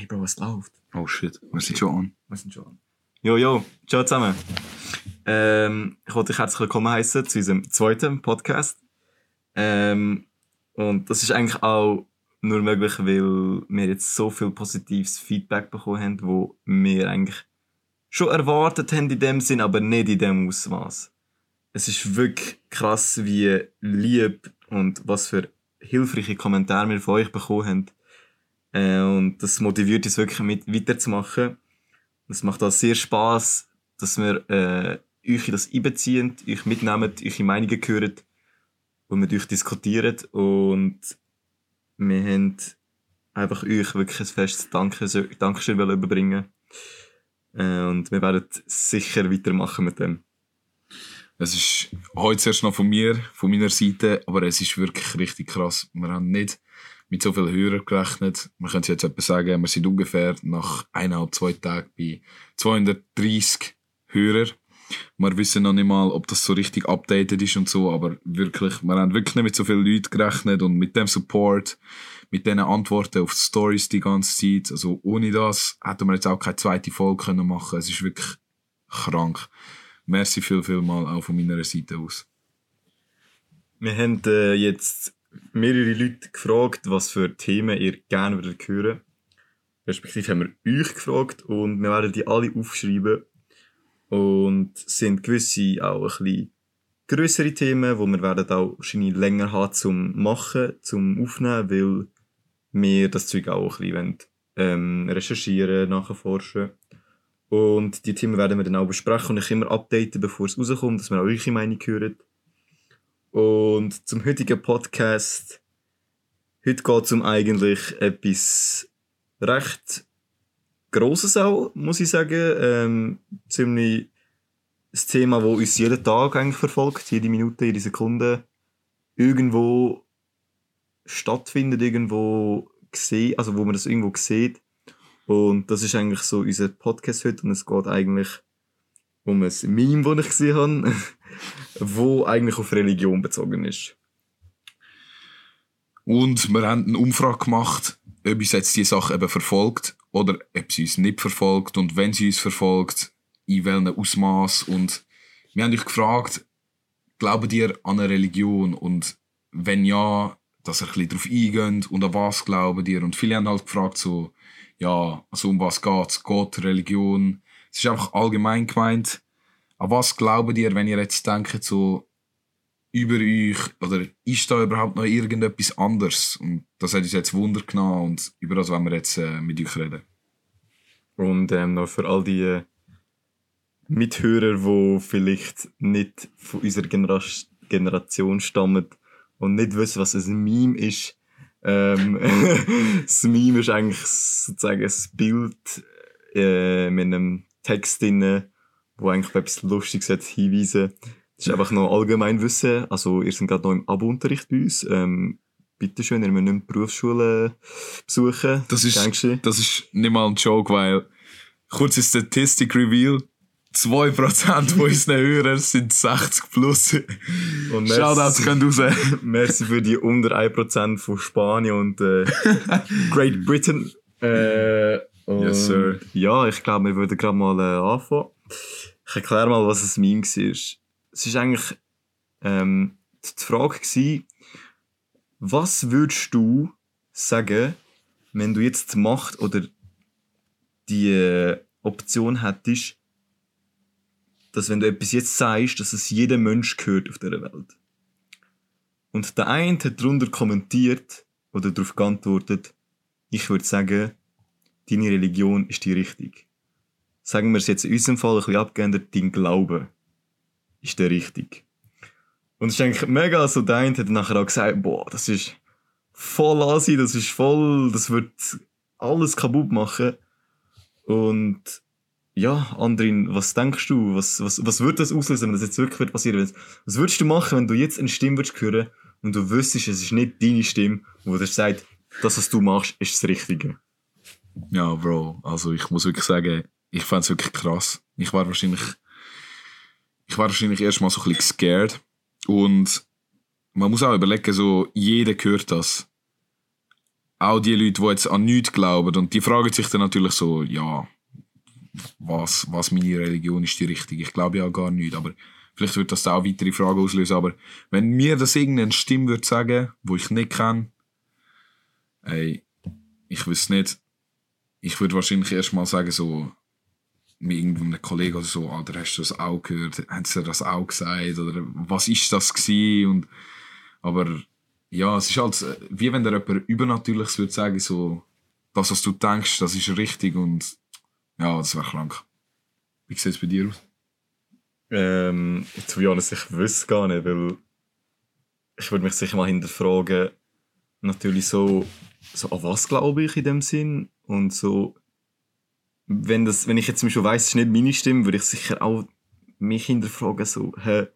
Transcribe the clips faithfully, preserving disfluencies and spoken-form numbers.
Hey Bro, was läuft? Oh shit, wir sind schon an. Wir sind schon an. Jo, jo, ciao zusammen. Ähm, ich wollte dich herzlich willkommen heißen zu unserem zweiten Podcast. Ähm, und das ist eigentlich auch nur möglich, weil wir jetzt so viel positives Feedback bekommen haben, wo wir eigentlich schon erwartet haben in dem Sinn, aber nicht in dem Ausmaß. Es ist wirklich krass, wie lieb und was für hilfreiche Kommentare wir von euch bekommen haben. Äh, und das motiviert uns wirklich mit weiterzumachen. Es macht auch sehr Spass, dass wir äh, euch in das einbeziehen, euch mitnehmen, eure Meinungen hören und mit euch diskutieren. Und wir haben einfach euch wirklich ein festes Dankeschön, Dankeschön überbringen. Äh, und wir werden sicher weitermachen mit dem. Es ist heute zuerst noch von mir, von meiner Seite, aber es ist wirklich richtig krass. Wir haben nicht mit so vielen Hörern gerechnet. Man könnte jetzt etwa sagen, wir sind ungefähr nach eineinhalb, zwei Tagen bei zweihundertdreissig Hörern. Wir wissen noch nicht mal, ob das so richtig updated ist und so, aber wirklich, wir haben wirklich nicht mit so vielen Leuten gerechnet und mit dem Support, mit diesen Antworten auf die Stories die ganze Zeit, also ohne das hätten wir jetzt auch keine zweite Folge können machen. Es ist wirklich krank. Merci viel, viel mal auch von meiner Seite aus. Wir haben äh, jetzt mehrere Leute gefragt, was für Themen ihr gerne würdet hören. Respektive haben wir euch gefragt und wir werden die alle aufschreiben. Und es sind gewisse auch ein bisschen grössere Themen, die wir werden auch wahrscheinlich länger haben zum Machen, zum Aufnehmen, weil wir das Zeug auch ein bisschen ähm, recherchieren, nachforschen. Und die Themen werden wir dann auch besprechen und ich immer updaten, bevor es rauskommt, dass wir auch eure Meinung hören. Und zum heutigen Podcast, heute geht es um eigentlich etwas recht Grosses auch, muss ich sagen. Ähm, ziemlich ein Thema, das uns jeden Tag eigentlich verfolgt, jede Minute, jede Sekunde irgendwo stattfindet, irgendwo gesehen, also wo man das irgendwo sieht. Und das ist eigentlich so unser Podcast heute und es geht eigentlich um ein Meme, das ich gesehen habe, wo eigentlich auf Religion bezogen ist. Und wir haben eine Umfrage gemacht, ob uns jetzt diese Sache eben verfolgt oder ob sie uns nicht verfolgt und wenn sie uns verfolgt, in welchem Ausmaß. Und wir haben euch gefragt, glaubt ihr an eine Religion? Und wenn ja, dass ihr ein bisschen darauf eingeht und an was glaubt ihr? Und viele haben halt gefragt, so, ja, also um was geht's? Gott, Religion? Es ist einfach allgemein gemeint. An was glaubt ihr, wenn ihr jetzt denkt, so über euch, oder ist da überhaupt noch irgendetwas anderes? Und das hat uns jetzt Wunder genommen und über das wollen wir jetzt äh, mit euch reden. Und ähm, noch für all die äh, Mithörer, die vielleicht nicht von unserer Genera- Generation stammen und nicht wissen, was ein Meme ist. Ähm, das Meme ist eigentlich sozusagen ein Bild äh, mit einem Text drin, wo eigentlich auf etwas Lustiges hinweisen. Das ist einfach noch Allgemeinwissen. Also, ihr seid gerade noch im Abo-Unterricht bei uns. Ähm, bitteschön, ihr müsst nicht die Berufsschule besuchen. Das ist, das ist nicht mal ein Joke, weil kurze Statistik-Reveal. zwei Prozent von unseren Hörern sind sechzig plus. Und Shoutouts können raus. Merci für die unter ein Prozent von Spanien und äh, Great Britain. Äh, yes, sir. Ja, ich glaube, wir würden gerade mal äh, anfangen. Ich erkläre mal, was ein Meme war. Es war eigentlich ähm, die Frage gewesen, was würdest du sagen, wenn du jetzt die Macht oder die äh, Option hättest, dass wenn du etwas jetzt sagst, dass es jedem Mensch gehört auf dieser Welt. Und der eine hat darunter kommentiert oder darauf geantwortet, ich würde sagen, deine Religion ist die richtige. Sagen wir es jetzt in unserem Fall ein bisschen abgeändert, dein Glaube ist der richtige. Und es ist eigentlich mega, so der eine hat nachher auch gesagt, boah, das ist voll Asi, das ist voll, das wird alles kaputt machen. Und ja, Andrin, was denkst du? Was, was, was würde das auslösen, wenn das jetzt wirklich passieren wird? Was würdest du machen, wenn du jetzt eine Stimme würdest hören und du wüsstest, es ist nicht deine Stimme, wo dir sagt, das, was du machst, ist das Richtige? Ja, Bro, also ich muss wirklich sagen, ich fand es wirklich krass. Ich war wahrscheinlich, ich war wahrscheinlich erstmal so ein bisschen scared. Und man muss auch überlegen, so, jeder hört das. auch die Leute, die jetzt an nichts glauben, und die fragen sich dann natürlich so, ja, was, was meine Religion ist die richtige? Ich glaube ja gar nicht, aber vielleicht wird das da auch weitere Fragen auslösen, aber wenn mir das irgendeine Stimme würde sagen, wo ich nicht kenne, ey, ich wüsste nicht, ich würde wahrscheinlich erstmal sagen, so, mit irgendeinem Kollegen oder so, Alter, hast du das auch gehört? Haben sie das auch gesagt? Oder was ist das gewesen? Und, aber ja, es ist halt, wie wenn dir jemand Übernatürliches würde sagen, so, das, was du denkst, das ist richtig, und ja, das wäre krank. Wie sieht es bei dir aus? Ähm, to be honest, ich wüsste gar nicht, weil ich würde mich sicher mal hinterfragen, natürlich so, so an was glaube ich in dem Sinn, und so, wenn, das, wenn ich jetzt zum Beispiel weiss, es ist nicht meine Stimme, würde ich sicher auch mich hinterfragen, so, hä,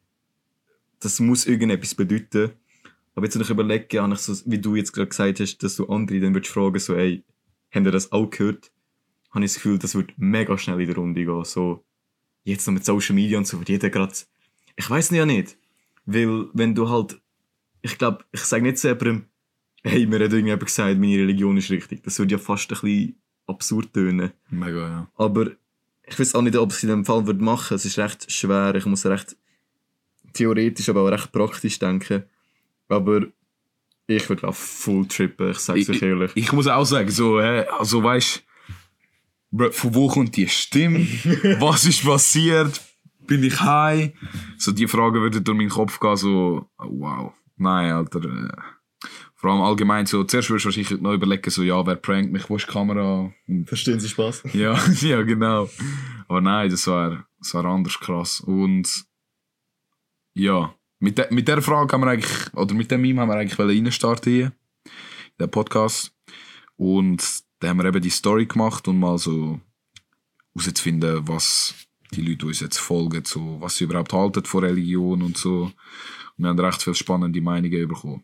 das muss irgendetwas bedeuten. Aber jetzt, wenn ich überlege, habe ich so, wie du jetzt gerade gesagt hast, dass du andere dann würdest fragen, so, ey, habt ihr das auch gehört? Habe ich das Gefühl, das wird mega schnell in der Runde gehen, so, jetzt noch mit Social Media und so, wird jeder gerade, ich weiss ja nicht, weil, wenn du halt, ich glaube, ich sage nicht zu jemandem, hey, mir hat irgendjemand gesagt, meine Religion ist richtig, das würde ja fast ein bisschen absurd tönen. Mega, ja. Aber ich weiß auch nicht, ob ich es in dem Fall würde machen. Es ist recht schwer. Ich muss recht theoretisch, aber auch recht praktisch denken. Aber ich würde auch full trippen, ich sage es euch ehrlich. Ich, ich muss auch sagen, so, äh, also weißt du, von wo kommt die Stimme? Was ist passiert? Bin ich high? So die Fragen würden durch meinen Kopf gehen, so, wow. Nein, Alter. Äh. Vor allem allgemein so, zuerst würdest du wahrscheinlich noch überlegen, so, ja, wer prankt mich, wo ist die Kamera? Verstehen Sie Spaß? Ja, ja, genau. Aber nein, das war, das war anders krass. Und ja, mit, de, mit der Frage haben wir eigentlich, oder mit dem Meme haben wir eigentlich reinstarten hier, in den Podcast. Und da haben wir eben die Story gemacht und mal so herauszufinden, was die Leute, die uns jetzt folgen, so, was sie überhaupt halten von Religion und so. Und wir haben recht viele spannende Meinungen bekommen.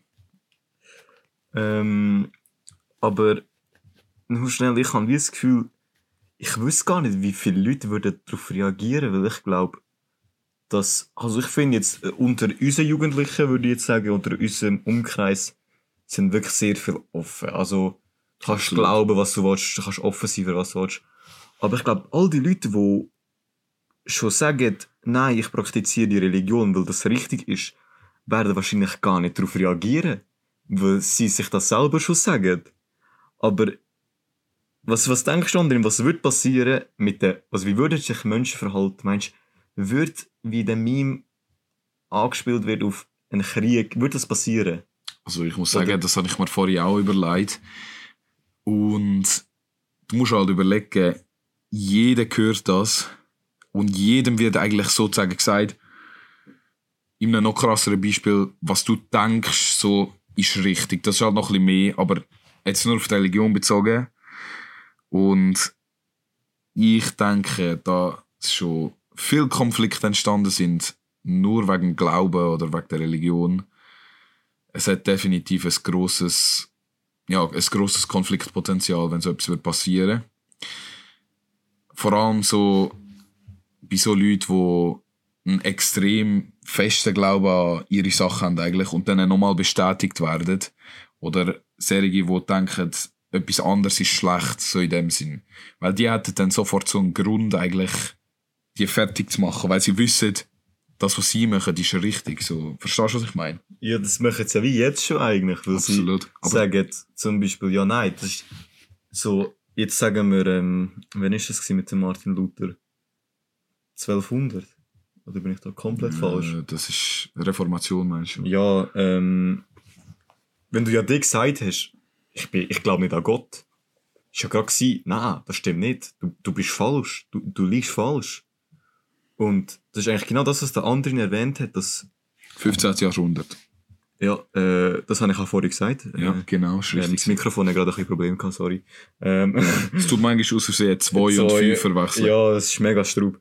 Ähm, aber nur schnell, ich habe das Gefühl, ich wüsste gar nicht, wie viele Leute würden darauf reagieren, weil ich glaube, dass, also ich finde jetzt, unter unseren Jugendlichen, würde ich jetzt sagen, unter unserem Umkreis, sind wirklich sehr viel offen. Also, du kannst Absolut. glauben, was du willst, du kannst offen sein, für was du willst. Aber ich glaube, all die Leute, die schon sagen, nein, ich praktiziere die Religion, weil das richtig ist, werden wahrscheinlich gar nicht darauf reagieren. Weil sie sich das selber schon sagen. Aber was, was denkst du, Andrin, was würde passieren mit der, also wie würden sich Menschen verhalten? Meinst du, würde, wie der Meme angespielt wird auf einen Krieg, würde das passieren? Also ich muss sagen, Oder? das habe ich mir vorher auch überlegt. Und du musst halt überlegen, jeder hört das und jedem wird eigentlich sozusagen gesagt, in einem noch krasseren Beispiel, was du denkst, so ist richtig. Das ist halt noch ein bisschen mehr, aber jetzt nur auf die Religion bezogen. Und ich denke, da schon viele Konflikte entstanden sind, nur wegen Glauben oder wegen der Religion. Es hat definitiv ein grosses, ja, ein grosses Konfliktpotenzial, wenn so etwas passieren würde. Vor allem so bei so Leuten, die einen extrem festen Glauben an ihre Sachen haben eigentlich und dann nochmal bestätigt werden. Oder solche, die denken, etwas anderes ist schlecht, so in dem Sinn. Weil die hätten dann sofort so einen Grund, eigentlich die fertig zu machen, weil sie wissen, das, was sie machen, ist richtig. So, verstehst du, was ich meine? Ja, das machen sie ja wie jetzt schon eigentlich, weil Absolut. sie Aber sagen zum Beispiel, ja nein, das ist so, jetzt sagen wir, ähm, wann ist das mit dem Martin Luther? zwölfhundert? Oder bin ich da komplett äh, falsch? Das ist Reformation, meinst du? Ja, ähm, wenn du ja dir gesagt hast, ich, bin, ich glaube nicht an Gott, ist ja gerade gewesen, nein, das stimmt nicht, du, du bist falsch, du, du liegst falsch. Und das ist eigentlich genau das, was der andere erwähnt hat, dass, fünfzehnten. Jahrhundert. ja, äh, das habe ich auch vorhin gesagt. Ja, äh, genau, ist ähm, richtig. das Mikrofon hat gerade ein bisschen Probleme gehabt, sorry. Ähm, Es tut manchmal aus Versehen zwei und fünf verwechseln. Ja, es ist mega Straub.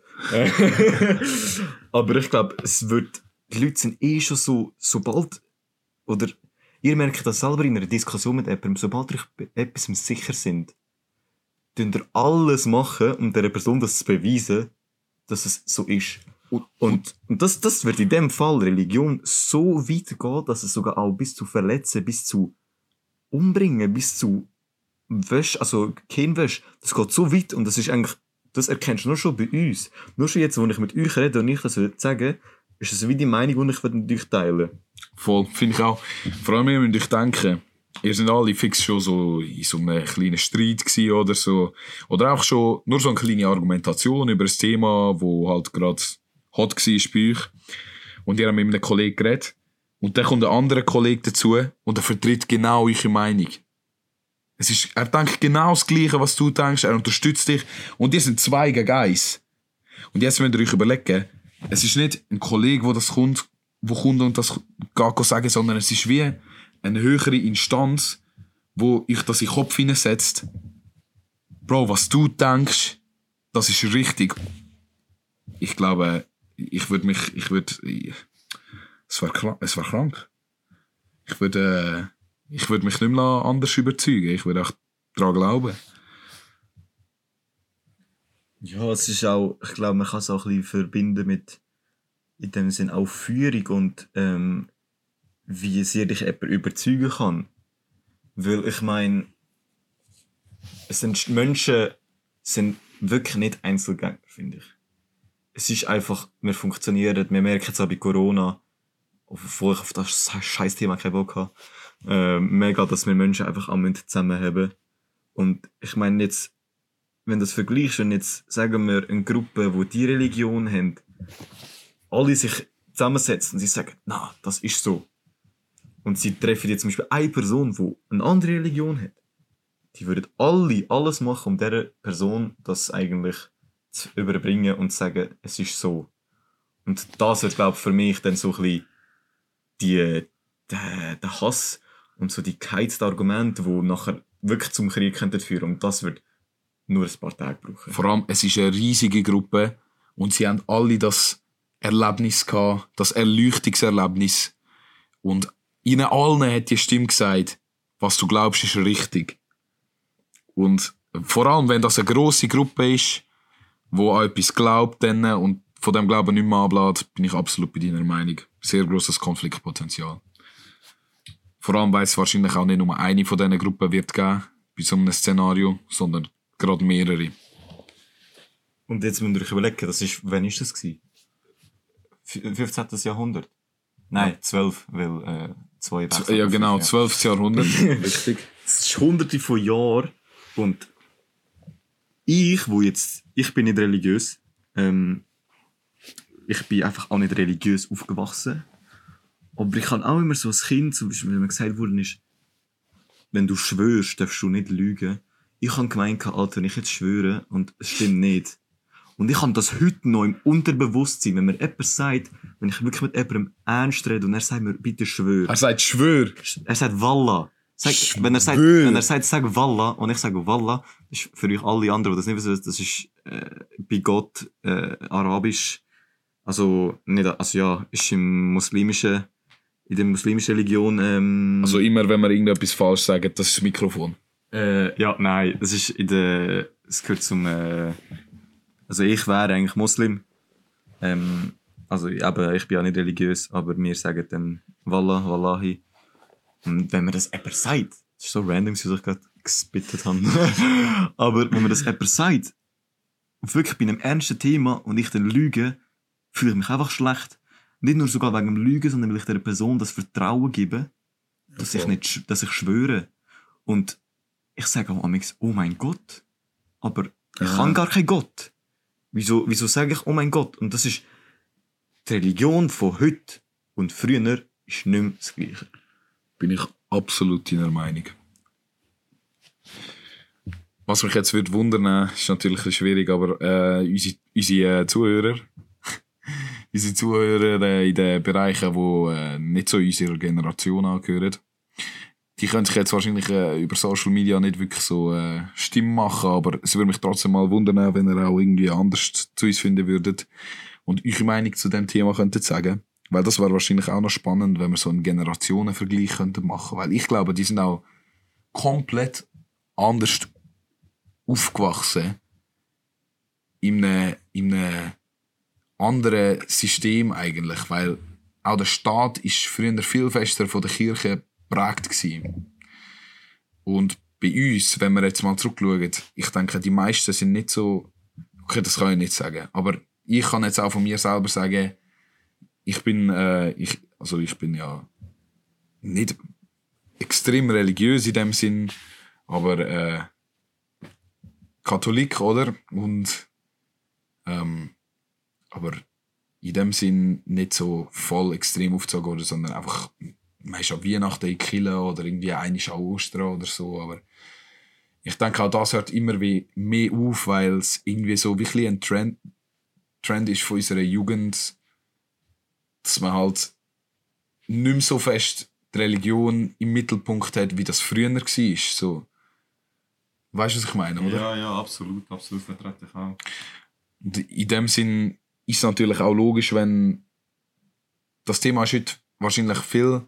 Aber ich glaube, es wird, die Leute sind eh schon so, sobald, oder ihr merkt das selber in einer Diskussion mit jemandem, sobald ihr bei etwas sicher sind, tun ihr alles machen, um dieser Person das zu beweisen, dass es so ist. Und, und, und das, das wird in dem Fall Religion so weit gehen, dass es sogar auch bis zu Verletzen, bis zu umbringen bis zu Wäsch, also Kinnwäsch. Das geht so weit und das ist eigentlich, das erkennst du nur schon bei uns. Nur schon jetzt, wo ich mit euch rede und ich das sagen, ist es wie die Meinung, die ich mit euch teile. Voll, finde ich auch. Vor allem, wenn ich denke, ihr seid alle fix schon so in so einem kleinen Streit gewesen oder so. Oder auch schon nur so eine kleine Argumentation über ein Thema, wo halt gerade hot war bei euch. Und ihr habt mit einem Kollegen geredet. Und dann kommt ein anderer Kollege dazu und er vertritt genau eure Meinung. Es ist, er denkt genau das Gleiche, was du denkst. Er unterstützt dich. Und ihr sind zwei gegen eins. Und jetzt müsst ihr euch überlegen, es ist nicht ein Kollege, der das kommt, wo kommt und das geht sagen, sondern es ist wie eine höhere Instanz, wo euch das in den Kopf hineinsetzt. Bro, was du denkst, das ist richtig. Ich glaube, ich würde mich, ich würde, es war krank, es war krank. Ich würde, ich würde mich nicht mehr anders überzeugen. Ich würde auch daran glauben. Ja, es ist auch, ich glaube, man kann es auch ein bisschen verbinden mit, in dem Sinn auch Führung und ähm, wie sehr dich jemand überzeugen kann. Weil ich meine, es sind Menschen sind wirklich nicht Einzelgänger, finde ich. Es ist einfach, wir funktionieren, wir merken es auch bei Corona, obwohl ich auf das scheiß Thema keinen Bock habe, äh, mega, dass wir Menschen einfach auch zusammenhaben. Und ich meine jetzt, wenn du das vergleichst, und jetzt sagen wir eine Gruppe, die die Religion haben, alle sich zusammensetzen und sie sagen, na, das ist so. Und sie treffen jetzt zum Beispiel eine Person, die eine andere Religion hat. Die würden alle alles machen, um dieser Person das eigentlich zu überbringen und zu sagen, es ist so. Und das wird, glaube ich, für mich dann so ein bisschen die, der, der Hass und so die geheizten Argumente, die nachher wirklich zum Krieg führen könnten. Und das wird nur ein paar Tage brauchen. Vor allem, es ist eine riesige Gruppe und sie haben alle das Erlebnis gehabt, das Erleuchtungserlebnis. Und ihnen allen hat die Stimme gesagt, was du glaubst, ist richtig. Und vor allem, wenn das eine grosse Gruppe ist, die an etwas glaubt dann, und von dem Glauben nicht mehr ablässt, bin ich absolut bei deiner Meinung. Sehr grosses Konfliktpotenzial. Vor allem, weil es wahrscheinlich auch nicht nur eine von diesen Gruppen wird geben, bei so einem Szenario, sondern gerade mehrere. Und jetzt müsst ihr euch überlegen, das ist, wann war das gewesen? fünfzehnten. Jahrhundert? Nein, zwölf, weil äh, zwei Z- Ja genau, zwölften. Jahrhundert. Richtig. Das ist hunderte von Jahren. Und ich, wo jetzt, ich bin nicht religiös, ähm, ich bin einfach auch nicht religiös aufgewachsen. Aber ich habe auch immer so als Kind, zum Beispiel, wenn mir gesagt worden ist, wenn du schwörst, darfst du nicht lügen. Ich habe gemeint, Alter, wenn ich jetzt schwöre und es stimmt nicht. Und ich habe das heute noch im Unterbewusstsein, wenn mir jemand sagt, wenn ich wirklich mit jemandem ernst rede und er sagt mir, bitte schwör. Er sagt Schwör. Er sagt Wallah. Sag, wenn, er sagt, Schwör. wenn er sagt, sag Wallah und ich sage Wallah, das ist für euch alle anderen, die das nicht wissen, das ist äh, bei Gott äh, arabisch. Also, nicht, also ja, ist im muslimischen, in der muslimischen Religion. Ähm, Also immer, wenn wir irgendetwas falsch sagen, das ist das Mikrofon. Äh, ja, nein, das ist in der, es gehört zum, äh, also ich wäre eigentlich Muslim, ähm, also eben, ich bin ja nicht religiös, aber wir sagen dann Wallah, Wallahi. Und wenn man das jemand sagt, das ist so random, was ich gerade gespittet habe, aber wenn man das jemand sagt, wirklich bei einem ernsten Thema und ich dann lüge, fühle ich mich einfach schlecht. Nicht nur sogar wegen dem Lügen, sondern weil ich der Person das Vertrauen gebe, dass ich nicht, dass ich schwöre. Und ich sage auch manchmal, oh mein Gott. Aber ich Ja. kann gar keinen Gott. Wieso, wieso sage ich, oh mein Gott? Und das ist, die Religion von heute und früher ist nicht mehr das Gleiche. Bin ich absolut deiner Meinung. Was mich jetzt wird wundern, ist natürlich ein bisschen schwierig, aber äh, unsere, unsere äh, Zuhörer, unsere Zuhörer äh, in den Bereichen, die äh, nicht so unserer Generation angehören, die können sich jetzt wahrscheinlich äh, über Social Media nicht wirklich so äh, Stimmen machen, aber es würde mich trotzdem mal wundern, wenn ihr auch irgendwie anders zu uns finden würdet und eure Meinung zu dem Thema könntet sagen. Weil das wäre wahrscheinlich auch noch spannend, wenn wir so einen Generationenvergleich könnten machen. Weil ich glaube, die sind auch komplett anders aufgewachsen in einem, in einem anderen System eigentlich. Weil auch der Staat ist früher viel fester von der Kirche geprägt gewesen. Und bei uns, wenn wir jetzt mal zurückschauen, ich denke, die meisten sind nicht so, okay, das kann ich nicht sagen, aber ich kann jetzt auch von mir selber sagen, ich bin, äh, ich, also ich bin ja nicht extrem religiös in dem Sinn, aber äh, Katholik, oder? Und ähm, aber in dem Sinn nicht so voll extrem aufgezogen, oder, sondern einfach, man ist an Weihnachten in die Kirche oder irgendwie einmal an Ostern oder so, aber ich denke auch, das hört immer wie mehr auf, weil es irgendwie so wirklich ein Trend, Trend ist von unserer Jugend, dass man halt nicht mehr so fest die Religion im Mittelpunkt hat, wie das früher war. So. Weißt du, was ich meine, oder? Ja, ja, absolut, absolut vertrete ich auch. Und in dem Sinn ist es natürlich auch logisch, wenn das Thema ist heute wahrscheinlich viel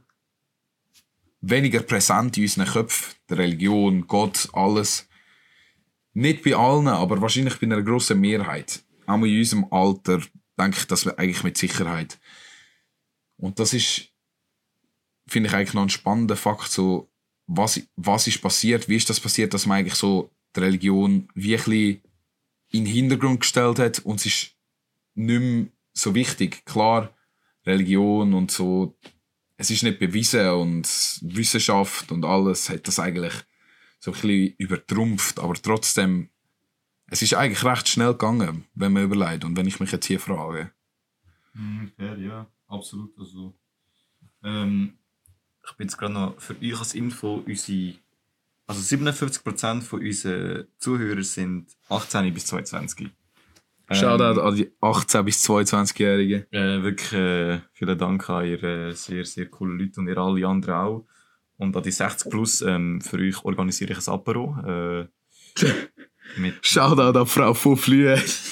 weniger präsent in unseren Köpfen. Die Religion, Gott, alles. Nicht bei allen, aber wahrscheinlich bei einer grossen Mehrheit. Auch in unserem Alter denke ich, dass wir eigentlich mit Sicherheit. Und das ist, finde ich eigentlich noch ein spannender Fakt, so, was, was ist passiert, wie ist das passiert, dass man eigentlich so die Religion wirklich in den Hintergrund gestellt hat und es ist nicht mehr so wichtig. Klar, Religion und so, es ist nicht bewiesen und Wissenschaft und alles hat das eigentlich so ein bisschen übertrumpft, aber trotzdem, es ist eigentlich recht schnell gegangen, wenn man überlegt und wenn ich mich jetzt hier frage. Ja, ja, absolut. Also, ähm, ich bin jetzt gerade noch für euch als Info, unsere, also siebenundfünfzig Prozent von unseren Zuhörern sind achtzehn bis zweiundzwanzig. Shoutout ähm, an die achtzehn- bis zweiundzwanzigjährigen. Äh, wirklich äh, vielen Dank an ihr äh, sehr, sehr coole Leute und ihr alle anderen auch. Und an die sechzig plus, ähm, für euch organisiere ich ein Apero. Äh, mit Shoutout an Frau von Flühe.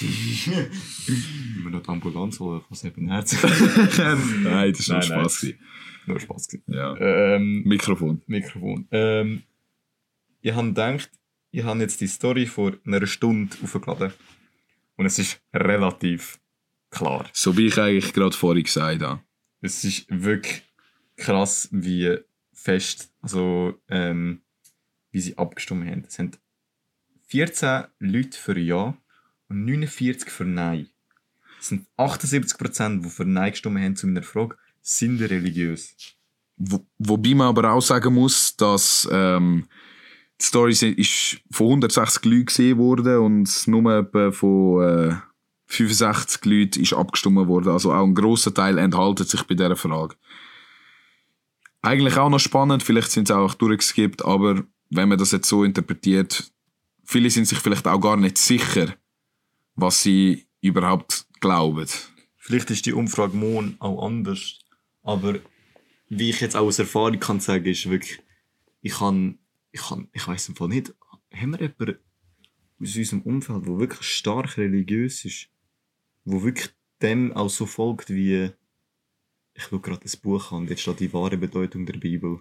Wenn wir noch die Ambulanz holen, was nicht mein Herz. Nein, das war nur nein, Spaß. Nein. Nur Spaß gewesen. Ja. Ähm, Mikrofon. Mikrofon. Ähm, ich habe gedacht, ich habe jetzt die Story vor einer Stunde aufgeladen. Und es ist relativ klar. So wie ich eigentlich gerade vorhin gesagt habe. Es ist wirklich krass, wie fest, also ähm, wie sie abgestimmt haben. Es sind vierzehn Leute für Ja und neunundvierzig für Nein. Es sind achtundsiebzig Prozent, die für Nein gestimmt haben zu meiner Frage, sind religiös. Wo, wobei man aber auch sagen muss, dass ähm, die Story ist von hundertsechzig Leuten gesehen worden und nur etwa von äh, fünfundsechzig Leuten ist abgestimmt worden. Also auch ein grosser Teil enthalten sich bei dieser Frage. Eigentlich auch noch spannend, vielleicht sind sie auch durchgeskippt, aber wenn man das jetzt so interpretiert, viele sind sich vielleicht auch gar nicht sicher, was sie überhaupt glauben. Vielleicht ist die Umfrage morgen auch anders, aber wie ich jetzt auch aus Erfahrung kann sagen, ist wirklich, ich kann, ich kann, ich weiss im Fall nicht, haben wir jemanden aus unserem Umfeld, der wirklich stark religiös ist, der wirklich dem auch so folgt wie, ich schaue gerade das Buch an, jetzt steht die wahre Bedeutung der Bibel.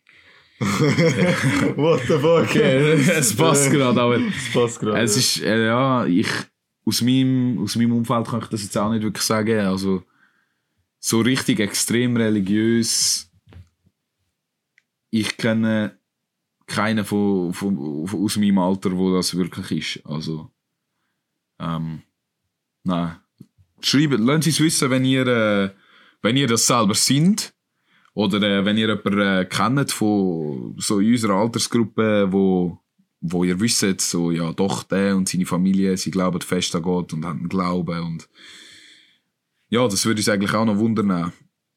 What the fuck? Okay, es passt gerade, aber es passt gerade. Es ist, äh, ja, ich, aus meinem, aus meinem Umfeld kann ich das jetzt auch nicht wirklich sagen. Also, so richtig extrem religiös, ich kenne keinen von, von, von, aus meinem Alter, wo das wirklich ist. Also, ähm, nein. Schreibt, lasst uns wissen, wenn ihr, äh, wenn ihr das selber seid. Oder äh, wenn ihr jemanden äh, kennt von so in unserer Altersgruppe, wo, wo ihr wisst, so, ja doch, der und seine Familie, sie glauben fest an Gott und haben einen Glauben. Und ja, das würde uns eigentlich auch noch wundern.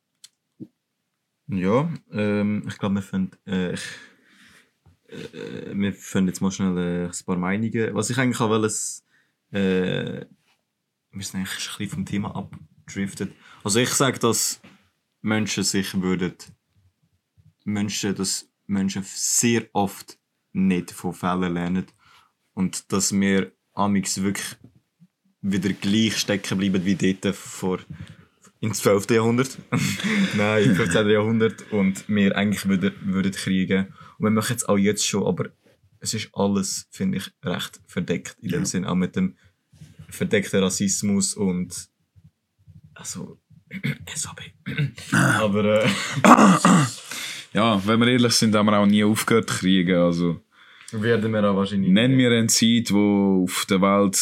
Ja, ähm, ich glaube, wir finden, äh, ich, äh, wir finden jetzt mal schnell äh, ein paar Meinungen. Was ich eigentlich auch will, ist, äh, wir sind eigentlich ein bisschen vom Thema abgedriftet. Also ich sage, dass Menschen sich würden, Menschen, dass Menschen sehr oft nicht von Fällen lernen und dass wir amix wirklich wieder gleich stecken bleiben wie dort vor ins zwölften Jahrhundert. Nein, im fünfzehnten Jahrhundert und wir eigentlich würden, würden kriegen. Und wir machen es auch jetzt schon, aber es ist alles, finde ich, recht verdeckt in dem ja. Sinn, auch mit dem verdeckten Rassismus und also S H B. Aber äh, Ja, wenn wir ehrlich sind, haben wir auch nie aufgehört zu kriegen. Also, werden wir auch wahrscheinlich. Nenn mir eine Zeit, wo auf der Welt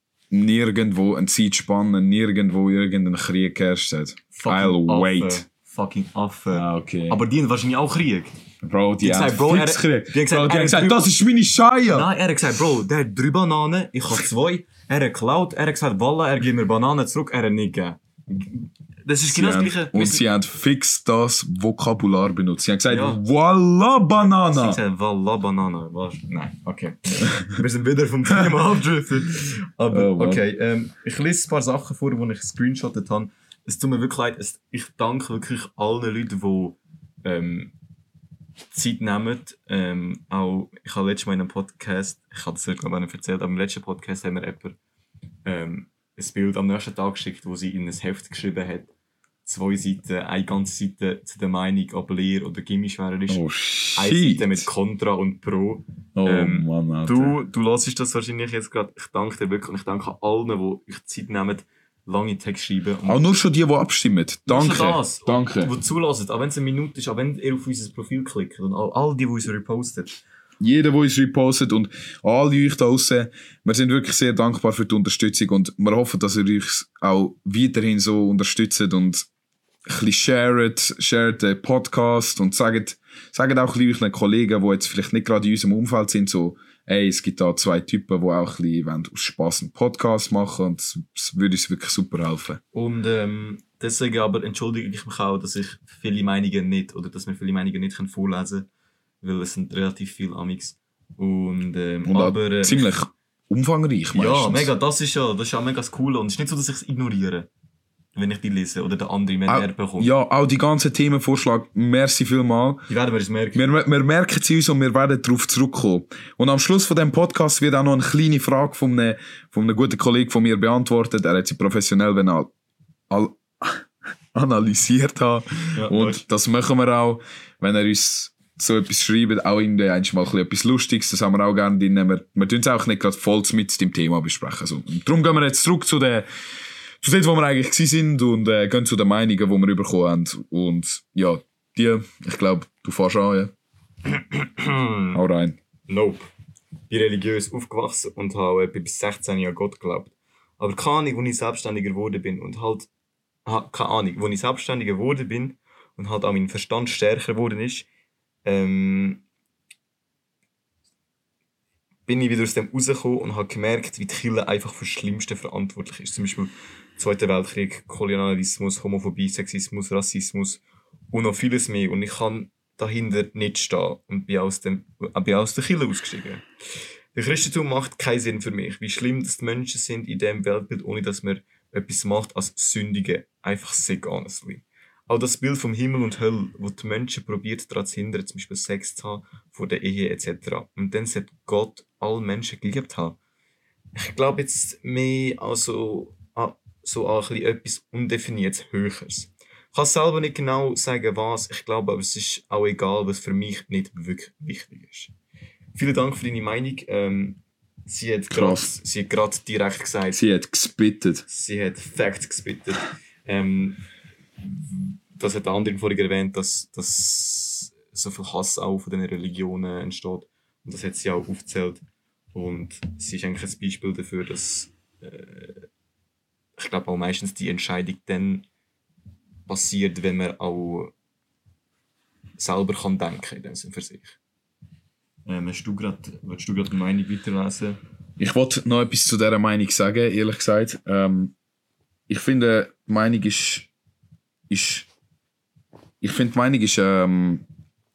nirgendwo eine Zeitspanne, nirgendwo irgendein Krieg geherrscht hat. I'll Affe. wait. Fucking Affe. Ah, okay. Aber die haben wahrscheinlich auch Krieg. Bro, die, Die haben gesagt, Bro, fix er- Krieg. die haben gesagt, Bro, die er haben ist gesagt, drüber- das ist meine Scheiße. Nein, er hat gesagt, Bro, der hat drei Bananen, ich habe zwei. Er hat geklaut, er hat gesagt, Walla, er gibt mir Bananen zurück, er hat nicht gegeben. Das ist Sie genau das haben, Gleiche. und sie haben fix das Vokabular benutzt. Sie haben gesagt, Ja. Voila, Sie Banana. gesagt, Walla, Banane. Was? Nein, okay. Wir sind wieder vom Thema abgedriftet. Aber, Oh, Mann. okay, ähm, ich lese ein paar Sachen vor, die ich gescreenshottet habe. Es tut mir wirklich leid, es, ich danke wirklich allen Leuten, die ähm, Zeit nehmen. Ähm, auch, ich habe letztes Mal in einem Podcast, ich habe das glaube ich nicht erzählt, aber im letzten Podcast haben wir jemanden, ähm, ein Bild am nächsten Tag geschickt, wo sie in ein Heft geschrieben hat. Zwei Seiten, eine ganze Seite zu der Meinung, ob Lehr- oder Gimmi schwerer ist. Oh, Eine Seite shit. mit Contra und Pro. Oh, ähm, Mann, Alter. Du, du hörst das wahrscheinlich jetzt gerade. Ich danke dir wirklich und ich danke allen, die euch Zeit nehmen, lange Text schreiben. Und Auch nur schon die, die abstimmen. Danke. Schon das. Danke. Und, die zulassen, auch wenn es eine Minute ist, auch wenn ihr auf unser Profil klickt und all, all die, die uns reposten. Jeder, der uns repostet und alle euch da draussen, wir sind wirklich sehr dankbar für die Unterstützung und wir hoffen, dass ihr euch auch weiterhin so unterstützt und ein bisschen sharet, sharet den Podcast und sagt, sagt auch ein bisschen euren Kollegen, die jetzt vielleicht nicht gerade in unserem Umfeld sind, so, ey, es gibt da zwei Typen, die auch ein bisschen wollen, aus Spass einen Podcast machen und es würde uns wirklich super helfen. Und ähm, deswegen aber entschuldige ich mich auch, dass ich viele Meinungen nicht, oder dass wir viele Meinungen nicht können vorlesen können, weil es sind relativ viele Amix. Und, ähm, Und aber, auch äh, ziemlich umfangreich meistens. ja, mega, das ist ja, das ist ja mega das Coole. Und es ist nicht so, dass ich es ignoriere, wenn ich die lese oder der andere mehr Auch, bekommt. ja, auch die ganzen Themenvorschläge, merci vielmals. Die werden wir uns merken. Wir, wir merken sie uns und wir werden darauf zurückkommen. Und am Schluss von dem Podcast wird auch noch eine kleine Frage von einem, von einem guten Kollegen von mir beantwortet. Er hat sie professionell wenn all, all, analysiert haben. Ja, und weißt. das machen wir auch, wenn er uns so etwas schreibt, auch irgendwie einmal etwas Lustiges, das haben wir auch gerne drin. Wir, wir tun es auch nicht gerade voll mit dem Thema besprechen. Also, und darum gehen wir jetzt zurück zu der zu dem, wo wir eigentlich gewesen sind und äh, gehen zu den Meinungen, die wir bekommen haben. Und ja, die, ich glaube, du fährst an, ja. Hau rein. Nope. Ich bin religiös aufgewachsen und habe etwa bis sechzehn Jahre an Gott geglaubt. Aber keine Ahnung, wo ich selbstständiger geworden bin und halt, ha, keine Ahnung, wo ich selbstständiger geworden bin und halt auch mein Verstand stärker geworden ist, ähm, bin ich wieder aus dem rausgekommen und habe gemerkt, wie die Kirche einfach für das Schlimmste verantwortlich ist. Zum Beispiel Zweiter Weltkrieg, Kolonialismus, Homophobie, Sexismus, Rassismus und noch vieles mehr. Und ich kann dahinter nicht stehen und bin aus, dem, äh, bin aus der Kirche ausgestiegen. Der Christentum macht keinen Sinn für mich. Wie schlimm dass die Menschen sind in diesem Weltbild, ohne dass man etwas macht als Sündige. Einfach sick, honestly. Auch das Bild vom Himmel und Hölle, wo die Menschen probiert daran zu hindern, zum Beispiel Sex zu haben, vor der Ehe et cetera. Und dann sollte Gott alle Menschen geliebt haben. Ich glaube jetzt mehr also, an, so an ein bisschen etwas Undefiniertes Höheres. Ich kann selber nicht genau sagen, was. Ich glaube, aber es ist auch egal, was für mich nicht wirklich wichtig ist. Vielen Dank für deine Meinung. Ähm, sie hat gerade sie hat gerade direkt gesagt, Sie hat gespittet. sie hat Facts gespittet. Ähm, das hat der andere vorhin erwähnt, dass, dass so viel Hass auch von den Religionen entsteht. Und das hat sie auch aufgezählt. Und sie ist eigentlich ein Beispiel dafür, dass äh, ich glaube auch meistens die Entscheidung dann passiert, wenn man auch selber kann denken in dem Sinne für sich. Ähm, hast du grad, willst du gerade eine Meinung weiterlesen? Ich wollte noch etwas zu dieser Meinung sagen, ehrlich gesagt. Ähm, ich finde, die Meinung ist, ist ich finde, die Meinung ist ähm,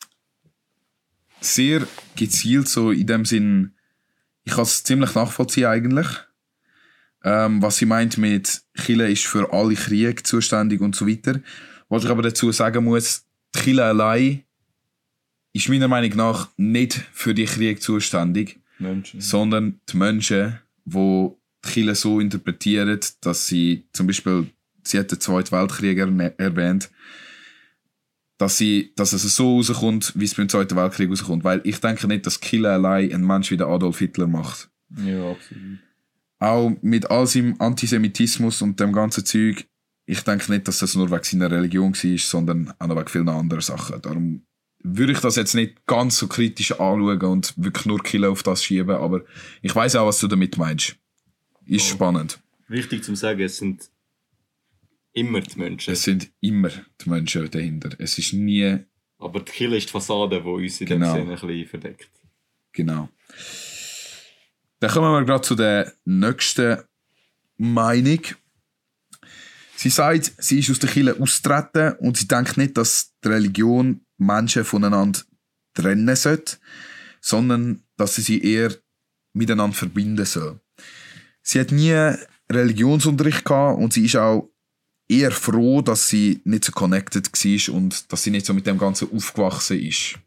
sehr gezielt, so in dem Sinn, ich kann es ziemlich nachvollziehen eigentlich. Ähm, was sie meint mit Kirche ist für alle Kriege zuständig und so weiter. Was ich aber dazu sagen muss, die Kirche allein ist meiner Meinung nach nicht für die Kriege zuständig, Menschen. sondern die Menschen, die die Kirche so interpretieren, dass sie zum Beispiel, sie hat den Zweiten Weltkrieg er- erwähnt, dass, sie, dass es so rauskommt, wie es beim Zweiten Weltkrieg rauskommt. Weil ich denke nicht, dass Killer allein ein Mensch wie der Adolf Hitler macht. Ja, absolut. Auch mit all seinem Antisemitismus und dem ganzen Zeug, ich denke nicht, dass das nur wegen seiner Religion war, sondern auch noch wegen vielen anderen Sachen. Darum würde ich das jetzt nicht ganz so kritisch anschauen und wirklich nur Kilo auf das schieben, aber ich weiss auch, was du damit meinst. Ist oh. spannend. Wichtig zu sagen, es sind immer die Menschen. Es sind immer die Menschen dahinter. Es ist nie... Aber die Kirche ist die Fassade, die uns in genau. dem Sinne ein bisschen verdeckt. Genau. Dann kommen wir gerade zu der nächsten Meinung. Sie sagt, sie ist aus der Kirche austreten und sie denkt nicht, dass die Religion Menschen voneinander trennen sollte, sondern dass sie sie eher miteinander verbinden soll. Sie hat nie Religionsunterricht gehabt und sie ist auch eher froh, dass sie nicht so connected war und dass sie nicht so mit dem Ganzen aufgewachsen ist.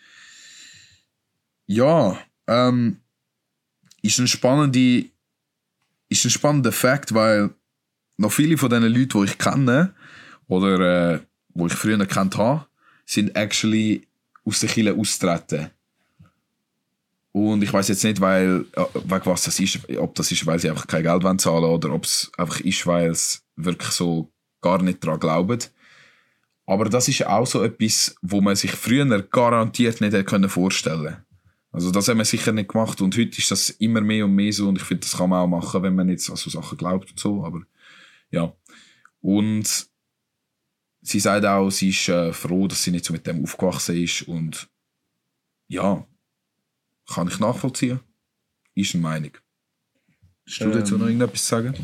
Ja, ähm, ist ein spannender, ist ein spannender Fakt, weil noch viele von den Leuten, die ich kenne oder äh, die ich früher gekannt habe, sind actually aus der Kirche austreten. Und ich weiß jetzt nicht, weil, wegen was das ist, ob das ist, weil sie einfach kein Geld zahlen wollen oder ob es einfach ist, weil es wirklich so gar nicht daran glauben. Aber das ist auch so etwas, wo man sich früher garantiert nicht hätte vorstellen können. Also das haben wir sicher nicht gemacht und heute ist das immer mehr und mehr so und ich finde, das kann man auch machen, wenn man jetzt an so Sachen glaubt und so, aber ja. Und sie sagt auch, sie ist äh, froh, dass sie nicht so mit dem aufgewachsen ist und ja, kann ich nachvollziehen. Ist eine Meinung. Hast du ähm, dazu noch irgendetwas zu sagen?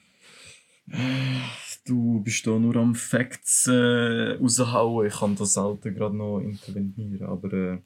Du bist da nur am Facts äh, raushauen. Ich kann das selten gerade noch intervenieren, aber äh,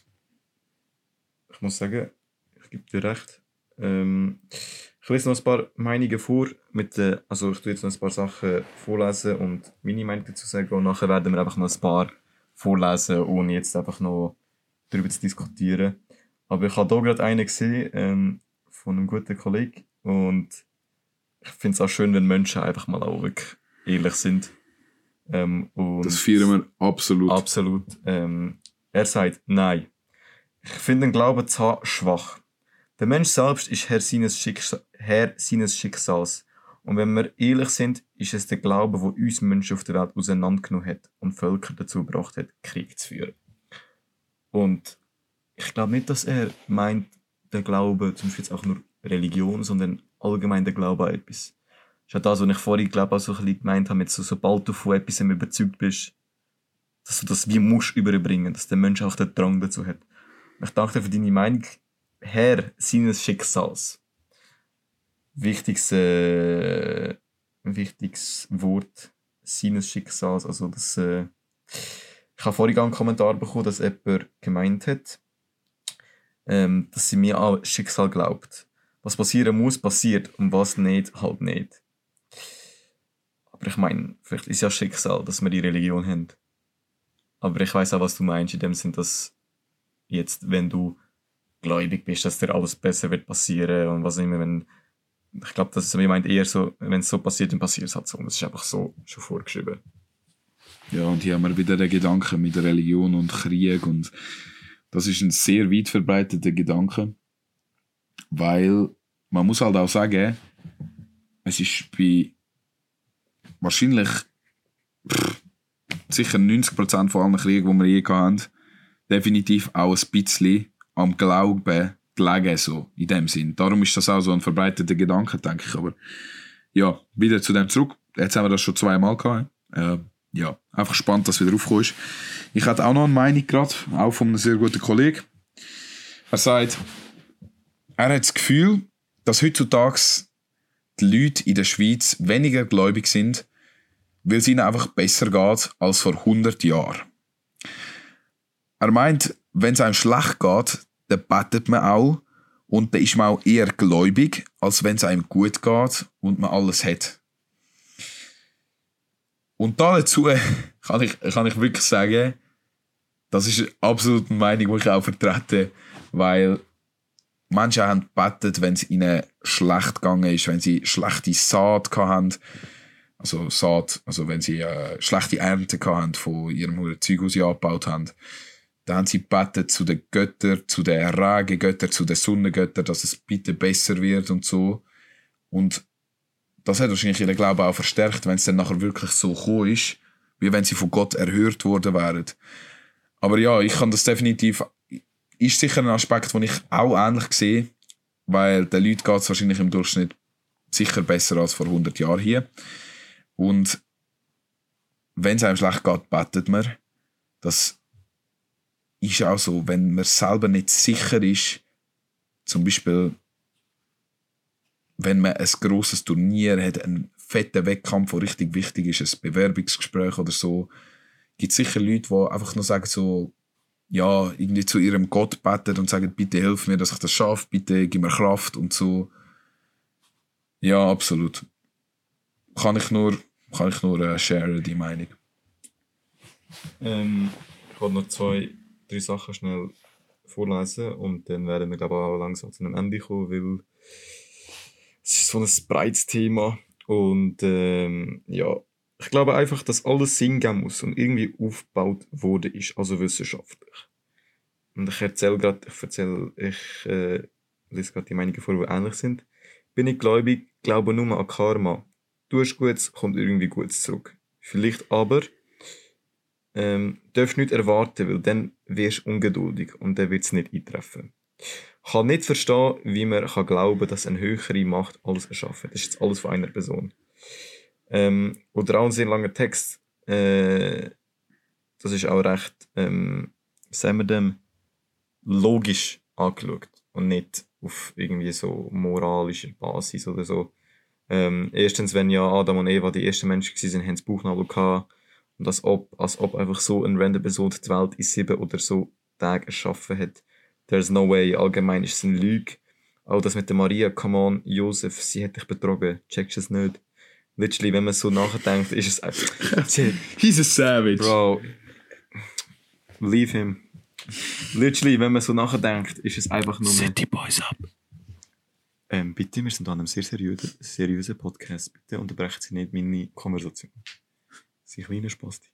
ich muss sagen, ich gebe dir recht. Ähm, ich lese noch ein paar Meinungen vor. Mit, äh, also ich tue jetzt noch ein paar Sachen vorlesen und meine Meinung dazu sagen und nachher werden wir einfach noch ein paar vorlesen, ohne jetzt einfach noch darüber zu diskutieren. Aber ich habe hier gerade einen gesehen ähm, von einem guten Kollegen und ich finde es auch schön, wenn Menschen einfach mal auch wirklich ehrlich sind. Ähm, und das feiern wir absolut. Absolut. Ähm, er sagt, nein. Ich finde den Glauben zu haben schwach. Der Mensch selbst ist Herr seines, Schicksal- Herr seines Schicksals. Und wenn wir ehrlich sind, ist es der Glaube, der uns Menschen auf der Welt auseinandergenommen hat und Völker dazu gebracht hat, Krieg zu führen. Und ich glaube nicht, dass er meint, der Glaube, zum Beispiel jetzt auch nur Religion, sondern allgemein der Glaube an etwas. Das ist ja das, was ich vorhin glaube, auch so ein bisschen gemeint habe, jetzt so, sobald du von etwas überzeugt bist, dass du das wie musst überbringen, dass der Mensch auch den Drang dazu hat. Ich danke dir für deine Meinung. Herr seines Schicksals. Wichtiges, äh, wichtiges Wort. Seines Schicksals. Also das, äh, ich habe vorhin einen Kommentar bekommen, dass jemand gemeint hat, ähm, dass sie mir an Schicksal glaubt. Was passieren muss, passiert. Und was nicht, halt nicht. Aber ich meine, vielleicht ist ja Schicksal, dass wir die Religion haben. Aber ich weiß auch, was du meinst, in dem Sinn, dass jetzt, wenn du gläubig bist, dass dir alles besser wird passieren und was immer, wenn, ich glaube, das ist, ich meint eher so, wenn es so passiert, dann passiert es halt so. Und das ist einfach so schon vorgeschrieben. Ja, und hier haben wir wieder den Gedanken mit Religion und Krieg und das ist ein sehr weit verbreiteter Gedanke, weil man muss halt auch sagen, es ist bei wahrscheinlich pff, sicher neunzig Prozent von allen Kriegen, die wir je hatten, definitiv auch ein bisschen am Glauben gelegen, so in dem Sinn. Darum ist das auch so ein verbreiteter Gedanke, denke ich. Aber ja, wieder zu dem zurück. Jetzt haben wir das schon zweimal gehabt. Äh, ja, einfach spannend, dass wieder aufgekommen ist. Ich hatte auch noch eine Meinung gerade, auch von einem sehr guten Kollegen. Er sagt, er hat das Gefühl, dass heutzutage die Leute in der Schweiz weniger gläubig sind, weil es ihnen einfach besser geht als vor hundert Jahren. Er meint, wenn es einem schlecht geht, dann betet man auch und dann ist man auch eher gläubig, als wenn es einem gut geht und man alles hat. Und dazu kann ich, kann ich wirklich sagen, das ist absolut eine Meinung, die ich auch vertrete, weil Menschen haben gebetet, wenn es ihnen schlecht gegangen ist, wenn sie schlechte Saat hatten, also Saat, also wenn sie äh, schlechte Ernte hatten von ihrem Zeug, das sie angebaut haben. Da haben sie gebetet zu den Göttern, zu den Regengöttern, zu den Sonnengöttern, dass es bitte besser wird und so. Und das hat wahrscheinlich ihren Glauben auch verstärkt, wenn es dann nachher wirklich so gekommen ist, wie wenn sie von Gott erhört worden wären. Aber ja, ich kann das definitiv... Ist sicher ein Aspekt, den ich auch ähnlich sehe, weil den Leuten geht es wahrscheinlich im Durchschnitt sicher besser als vor hundert Jahren hier. Und wenn es einem schlecht geht, betet man. Das ist auch so, wenn man selber nicht sicher ist, zum Beispiel, wenn man ein grosses Turnier hat, einen fetten Wettkampf, der richtig wichtig ist, ein Bewerbungsgespräch oder so, gibt es sicher Leute, die einfach nur sagen so, ja, irgendwie zu ihrem Gott beten und sagen, bitte hilf mir, dass ich das schaffe, bitte gib mir Kraft und so. Ja, absolut. Kann ich nur, kann ich nur äh, sharen, die Meinung. Ähm, ich wollte noch zwei, drei Sachen schnell vorlesen und dann werden wir, glaube ich, auch langsam zu einem Ende kommen, weil es ist so ein breites Thema und ähm, ja, ich glaube einfach, dass alles Sinn geben muss und irgendwie aufgebaut wurde ist, also wissenschaftlich. Und ich erzähle gerade, ich erzähle, ich äh, lese gerade die Meinungen vor, die ähnlich sind. Bin ich gläubig, glaube nur an Karma. Tust Gutes, kommt irgendwie Gutes zurück. Vielleicht aber ähm, darfst nicht erwarten, weil dann wirst du ungeduldig und dann wird es nicht eintreffen. Ich kann nicht verstehen, wie man kann glauben, dass eine höhere Macht alles erschaffen. Das ist jetzt alles von einer Person. Ähm, oder auch ein sehr langer Text. Äh, das ist auch recht, ähm, sagen wir dem, logisch angeschaut und nicht auf irgendwie so moralischer Basis oder so. Ähm, erstens, wenn ja Adam und Eva die ersten Menschen waren, haben sie Bauchnabel gehabt. Und als ob, als ob einfach so eine random Person die Welt in sieben oder so Tagen erschaffen hat. There's no way. Allgemein ist es eine Lüge. Auch das mit der Maria, come on, Josef, sie hat dich betrogen. Checkst du es nicht? Literally, wenn man so nachdenkt, ist es einfach... He's a savage. Bro, leave him. Literally, wenn man so nachdenkt, ist es einfach nur... Set die Boys ab. Ähm, bitte, wir sind an einem sehr seriösen, seriösen Podcast. Bitte unterbrechen Sie nicht meine Konversation. Sie kleine Spasti.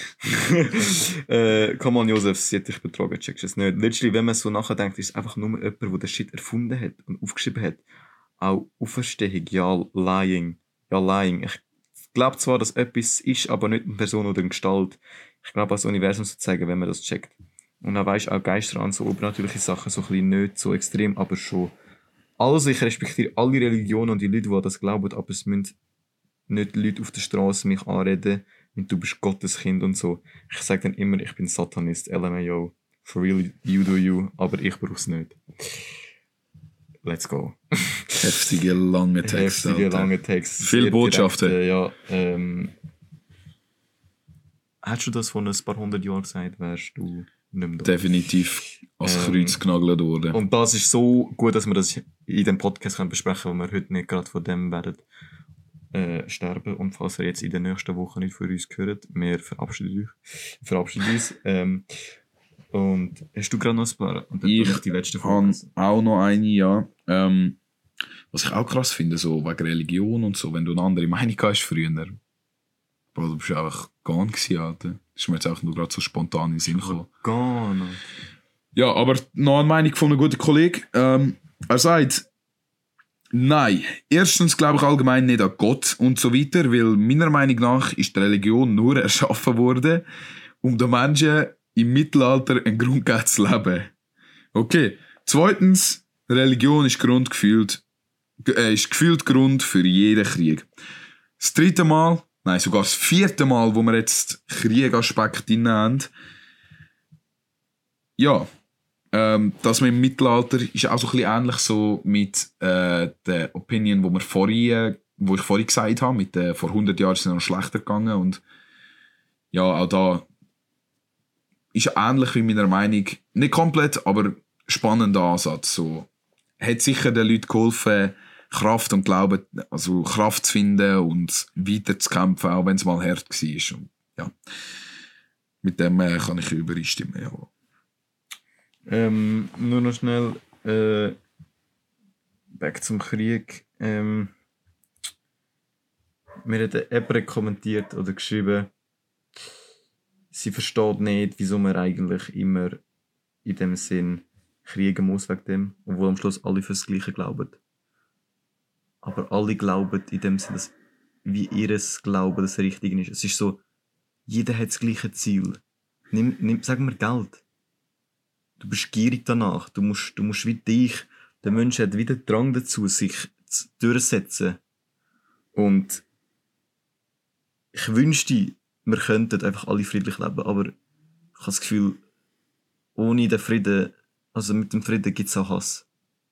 äh, come on, Josef, sie hat dich betrogen, checkst du es nicht. Literally, wenn man so nachdenkt, ist es einfach nur jemand, der den Shit erfunden hat und aufgeschrieben hat. Auch Auferstehung, ja, lying. Ja, lying. Ich glaube zwar, dass etwas ist, aber nicht eine Person oder eine Gestalt. Ich glaube, als Universum sozusagen, wenn man das checkt. Und dann weisst auch Geister an, so übernatürliche Sachen, so ein bisschen nicht so extrem, aber schon. Also, ich respektiere alle Religionen und die Leute, die an das glauben, aber es müssen nicht Leute auf der Straße mich anreden, und du bist Gottes Kind und so. Ich sage dann immer, ich bin Satanist, L M A O. For real, you do you, aber ich brauch's nicht. Let's go. Heftige, lange Texte. Heftige, Alter. lange Texte. Viel Sehr Botschaften. direkt, äh, ja, ähm, hättest du das vor ein paar hundert Jahren gesagt, wärst du nicht mehr da. Definitiv als Ähm, Kreuz genagelt worden. Und das ist so gut, dass wir das in dem Podcast können besprechen können, weil wir heute nicht gerade von dem werden äh, sterben. Und falls ihr jetzt in den nächsten Wochen nicht von uns hört, wir verabschieden euch. Verabschieden uns. Ähm, und hast du gerade noch ein paar? Und dann Ich tu die letzte habe Folge. auch noch eine, ja. Ähm, was ich auch krass finde, so wegen Religion und so, wenn du eine andere Meinung hast früher. Bro, du bist einfach gone gewesen, Alter. Das ist mir jetzt auch nur gerade so spontan in den Sinn gekommen. Gar nicht. Ja, aber noch eine Meinung von einem guten Kollegen. Ähm, er sagt, nein, erstens glaube ich allgemein nicht an Gott und so weiter, weil meiner Meinung nach ist die Religion nur erschaffen worden, um den Menschen im Mittelalter einen Grund geben zu leben. Okay. Zweitens, Religion ist, Grund gefühlt, äh, ist gefühlt Grund für jeden Krieg. Das dritte Mal, nein, sogar das vierte Mal, wo wir jetzt Kriegaspekt drin haben, ja, ähm, das mit dem Mittelalter ist auch so ein bisschen ähnlich so mit äh, der Opinion, wo, wir vorhin, wo ich vorhin gesagt habe, mit äh, vor hundert Jahren ist es noch schlechter gegangen und ja, auch da ist ähnlich wie meiner Meinung, nicht komplett, aber spannender Ansatz. So, hat sicher den Leuten geholfen, Kraft und Glauben, also Kraft zu finden und weiter zu kämpfen, auch wenn es mal hart war. Und, ja, mit dem äh, kann ich übereinstimmen, ja. Ähm, nur noch schnell äh, back zum Krieg. Ähm, mir hat jemand kommentiert oder geschrieben, sie versteht nicht, wieso man eigentlich immer in dem Sinn kriegen muss wegen dem, obwohl am Schluss alle fürs Gleiche glauben. Aber alle glauben in dem Sinn, dass wie ihres Glauben das Richtige ist. Es ist so, jeder hat das gleiche Ziel. nimm, nimm, sag mir Geld. Du bist gierig danach. Du musst, du musst wie dich, der Mensch hat wieder Drang dazu, sich zu durchsetzen. Und ich wünschte, wir könnten einfach alle friedlich leben, aber ich habe das Gefühl, ohne den Frieden, also mit dem Frieden gibt es auch Hass.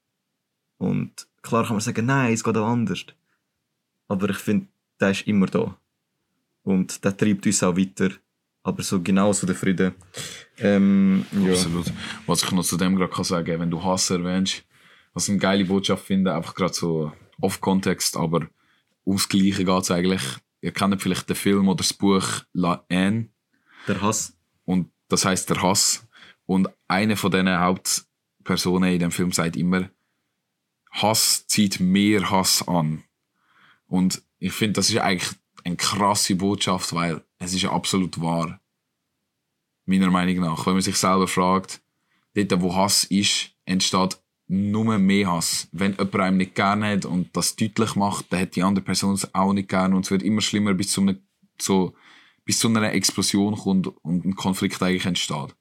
Und klar kann man sagen, nein, es geht auch anders. Aber ich finde, der ist immer da. Und der treibt uns auch weiter. Aber so genauso der Frieden. Ähm, ja. Absolut. Was ich noch zu dem gerade sagen kann, wenn du Hass erwähnst, was ich eine geile Botschaft finde, einfach gerade so off-Kontext, aber ums Gleiche geht es eigentlich. Ihr kennt vielleicht den Film oder das Buch La Haine. Der Hass. Und das heisst der Hass. Und eine von diesen Hauptpersonen in dem Film sagt immer, Hass zieht mehr Hass an. Und ich finde, das ist eigentlich eine krasse Botschaft, weil es ist ja absolut wahr. Meiner Meinung nach. Wenn man sich selber fragt, dort wo Hass ist, entsteht nur mehr Hass. Wenn jemand einem nicht gerne hat und das deutlich macht, dann hat die andere Person es auch nicht gerne und es wird immer schlimmer, bis zu einer, so, bis zu einer Explosion kommt und ein Konflikt eigentlich entsteht.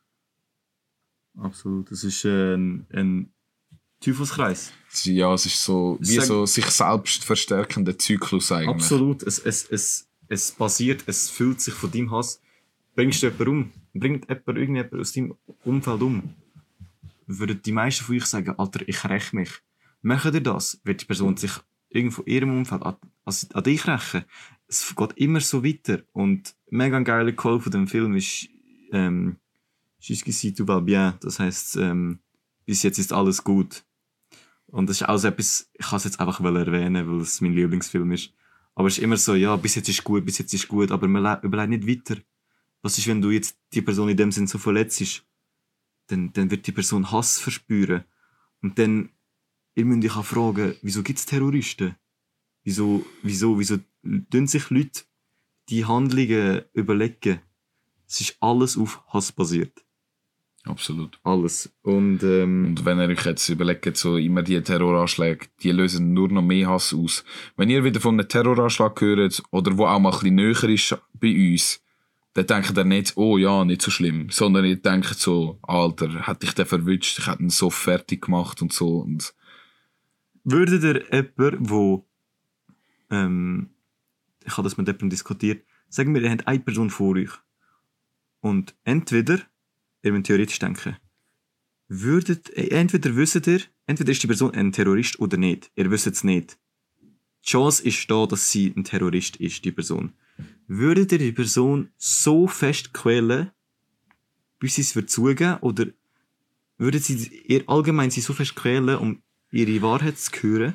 Absolut. Das ist ein, ein Teufelskreis. Ja, es ist so wie Sag, so sich selbst verstärkender Zyklus eigentlich. Absolut. Es, es, es, es basiert, es fühlt sich von deinem Hass. Bringst du jemanden um? Bringt jemand irgendjemand aus deinem Umfeld um? Würden die meisten von euch sagen, Alter, ich räche mich. Machen ihr das? Wird die Person sich irgendwo in ihrem Umfeld an, an dich rächen? Es geht immer so weiter. Und mega ein geiler Call von dem Film ist ähm, «Jusqu'ici tout va bien». Das heisst, ähm, bis jetzt ist alles gut. Und das ist auch so etwas, ich kann es jetzt einfach erwähnen, weil es mein Lieblingsfilm ist. Aber es ist immer so, ja, bis jetzt ist gut, bis jetzt ist gut, aber man überlegt nicht weiter. Was ist, wenn du jetzt die Person in dem Sinn so verletzt ist? Dann, dann wird die Person Hass verspüren. Und dann, ihr müsst euch auch fragen, wieso gibt es Terroristen? Wieso, wieso, wieso tun sich Leute die Handlungen überlegen? Es ist alles auf Hass basiert. Absolut. Alles. Und, ähm, Und wenn ihr euch jetzt überlegt, so immer die Terroranschläge, die lösen nur noch mehr Hass aus. Wenn ihr wieder von einem Terroranschlag hört, oder wo auch mal ein bisschen näher ist bei uns, dann denkt ihr nicht, oh ja, nicht so schlimm. Sondern ihr denkt so, Alter, hätte ich den verwünscht, ich hätte ihn so fertig gemacht und so. Und würdet ihr jemanden, wo, ähm, ich habe das mit jemandem diskutiert, sagen wir, ihr habt eine Person vor euch. Und entweder, ihr müsst theoretisch denken, würdet, entweder wisst ihr, entweder ist die Person ein Terrorist oder nicht. Ihr wisst es nicht. Die Chance ist da, dass sie ein Terrorist ist, die Person. Würdet ihr die Person so fest quälen, bis sie es wird zugeben, oder würdet sie ihr allgemein sie so fest quälen, um ihre Wahrheit zu hören?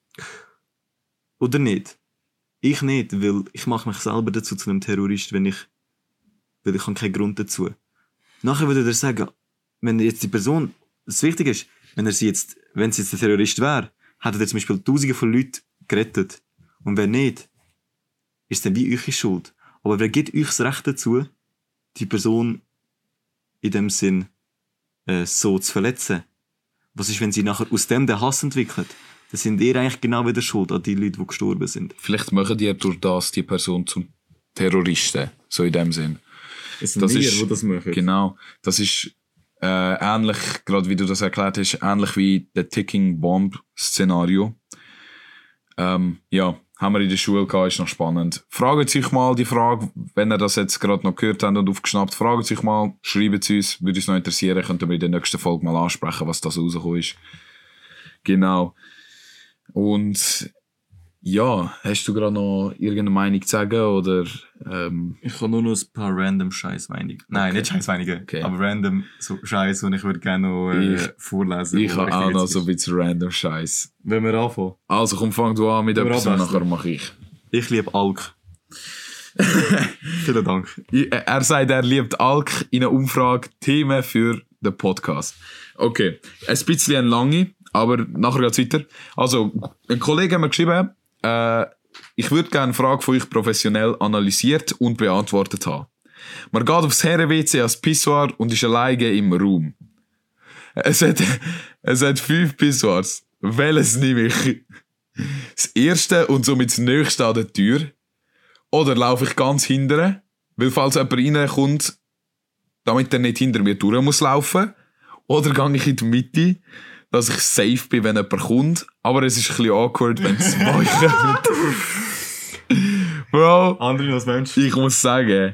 Oder nicht? Ich nicht, weil ich mache mich selber dazu zu einem Terrorist, wenn ich, weil ich habe keinen Grund dazu. Nachher würde er sagen, wenn jetzt die Person, das Wichtige ist, wenn er sie jetzt, wenn sie jetzt ein Terrorist wäre, hätte er zum Beispiel Tausende von Leuten gerettet. Und wenn nicht, ist es dann wie eure Schuld. Aber wer gibt euch das Recht dazu, die Person in dem Sinn äh, so zu verletzen? Was ist, wenn sie nachher aus dem den Hass entwickelt? Dann sind ihr eigentlich genau wieder schuld an die Leute, die gestorben sind. vielleicht machen die durch das die Person zum Terroristen, so in dem Sinn. Es sind Das wir, ist- die das machen. Genau, das ist äh, ähnlich, gerade wie du das erklärt hast, ähnlich wie der Ticking Bomb Szenario. Ähm, ja, haben wir in der Schule gehabt, ist noch spannend. Fragt sich mal die Frage, wenn ihr das jetzt gerade noch gehört habt und aufgeschnappt, fragt sich mal, schreibt es uns, würde uns noch interessieren, könnten wir in der nächsten Folge mal ansprechen, was da so rausgekommen ist. Genau. Und ja, hast du gerade noch irgendeine Meinung zu sagen, oder ähm, Ich habe nur noch ein paar random Scheißmeinungen. Nein, Okay. nicht Scheißmeinungen, Okay. aber random so Scheiß, und ich würde gerne noch äh, Ich- vorlesen. ich wo habe auch richtig noch witzig so ein ist. bisschen random Scheiß. Wenn wir anfangen. Also komm, fang du an mit Wir etwas und abwechseln. nachher mache ich. Ich liebe Alk. Vielen Dank. Ich- Er sagt, er liebt Alk in einer Umfrage Themen für den Podcast. Okay, ein bisschen eine lange, aber nachher geht's weiter. Also, ein Kollege hat mir geschrieben, äh, ich würde gerne eine Frage von euch professionell analysiert und beantwortet haben. Man geht aufs Herren-W C als Pissoir und ist alleine im Raum. Es hat, es hat fünf Pissoirs. Welches nehme ich? Das erste und somit das nächste an der Tür? Oder laufe ich ganz hinten? Weil falls jemand reinkommt, damit er nicht hinter mir durch muss laufen. Oder gehe ich in die Mitte, dass ich safe bin, wenn jemand kommt. Aber es ist ein bisschen awkward, wenn zwei kommen. Bro, Andere als Mensch. ich muss sagen,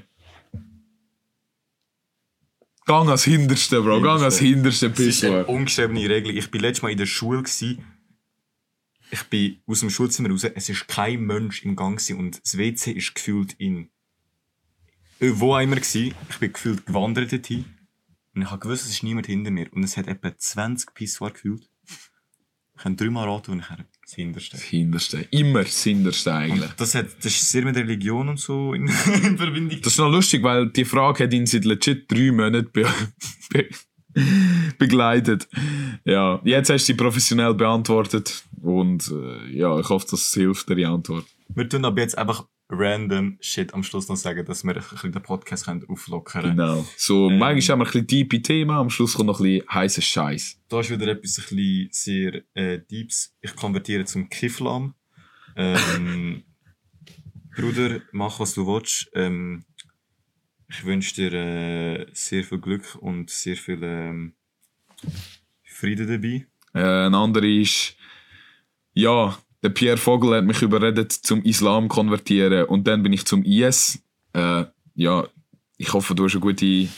gang als Hinterste, Bro. Gang als Hinterste, Das ist eine Pissoir. ungeschriebene Regel. Ich war letztes Mal in der Schule. Gewesen. Ich bin aus dem Schulzimmer raus. Es war kein Mensch im Gang gewesen und das W C ist gefühlt in... Äh, Wo auch immer gewesen. Ich bin gefühlt gewandert dorthin. Und ich habe gewusst, es ist niemand hinter mir. Und es hat etwa zwanzig Pissoir gefühlt. Ich kann dreimal raten, wo ich her das Hinterste. Das Hinterste. Immer das Hinterste eigentlich. Das, hat, das ist sehr mit Religion und so in, in Verbindung. Das ist noch lustig, weil die Frage hat ihn seit legit drei Monaten be be begleitet. Ja, jetzt hast du sie professionell beantwortet und äh, ja, ich hoffe, das hilft dir die Antwort. Wir tun aber jetzt einfach random Shit am Schluss noch sagen, dass wir ein bisschen den Podcast können auflockern können. Genau. So, Ähm. manchmal haben wir ein bisschen tiefe Themen, am Schluss kommt noch ein bisschen heißer Scheiß. Da ist wieder etwas ein bisschen sehr äh, Deeps. Ich konvertiere zum Kifflam. Ähm, Bruder, mach was du willst. Ähm, ich wünsche dir äh, sehr viel Glück und sehr viel ähm, Frieden dabei. Äh, ein anderer ist, ja, der Pierre Vogel hat mich überredet zum Islam konvertieren und dann bin ich zum I S. Äh, ja, ich hoffe, du hast eine gute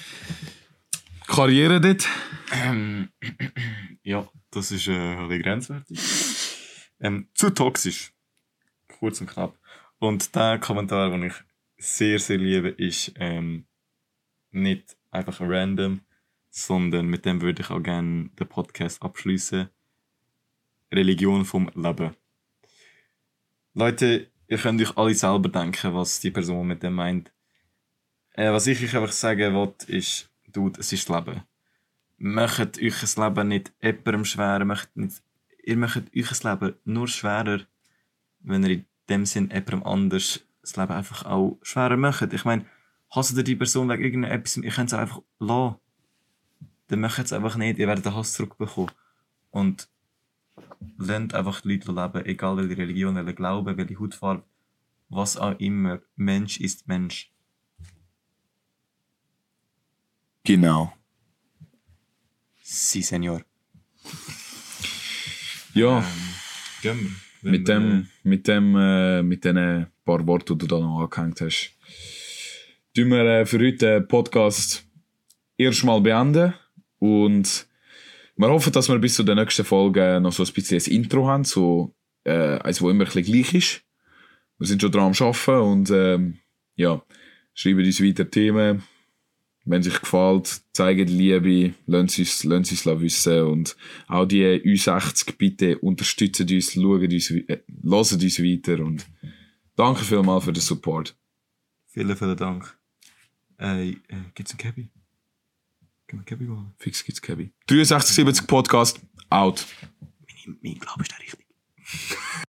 Karriere dort. Ähm, ja, das ist äh, ein bisschen grenzwertig. Ähm, zu toxisch. Kurz und knapp. Und der Kommentar, den ich sehr, sehr liebe, ist ähm, nicht einfach random, sondern mit dem würde ich auch gerne den Podcast abschließen. Religion vom Leben. Leute, ihr könnt euch alle selber denken, was die Person mit dem meint. Äh, was ich euch einfach sagen will, ist, Dude, es ist das Leben. Macht euch das Leben nicht jemandem schwerer, macht nicht, ihr macht euch das Leben nur schwerer, wenn ihr in dem Sinn jemandem anders das Leben einfach auch schwerer macht. Ich meine, hasst ihr die Person wegen irgendetwas, ihr könnt es einfach lassen. Dann macht es einfach nicht, ihr werdet den Hass zurückbekommen. Und lernt einfach die Leute leben, egal welche Religion, welche Glaube, welche Hautfarbe, was auch immer. Mensch ist Mensch. Genau. Si, Senor. Ja, Gehen wir. mit dem, mit dem, äh, mit den paar Worten, die du da noch angehängt hast, tun wir äh, für heute den Podcast erstmal beenden und wir hoffen, dass wir bis zu der nächsten Folge noch so ein bisschen ein Intro haben, so äh, eins, das immer ein bisschen gleich ist. Wir sind schon dran am Arbeiten und ähm, ja, schreiben uns weiter Themen. Wenn es euch gefällt, zeigen Liebe, lasst uns, lasst uns wissen und auch die Ü sechzig, bitte unterstützen uns, schauen uns, äh, hören uns weiter und danke vielmals für den Support. Vielen, vielen Dank. Äh, äh, gibt's einen Cabby? Können wir Cabby machen? Fix gibt's Kevin. dreiundsechzig siebzig Podcast, out. Mein, mein Glaube ist der richtig.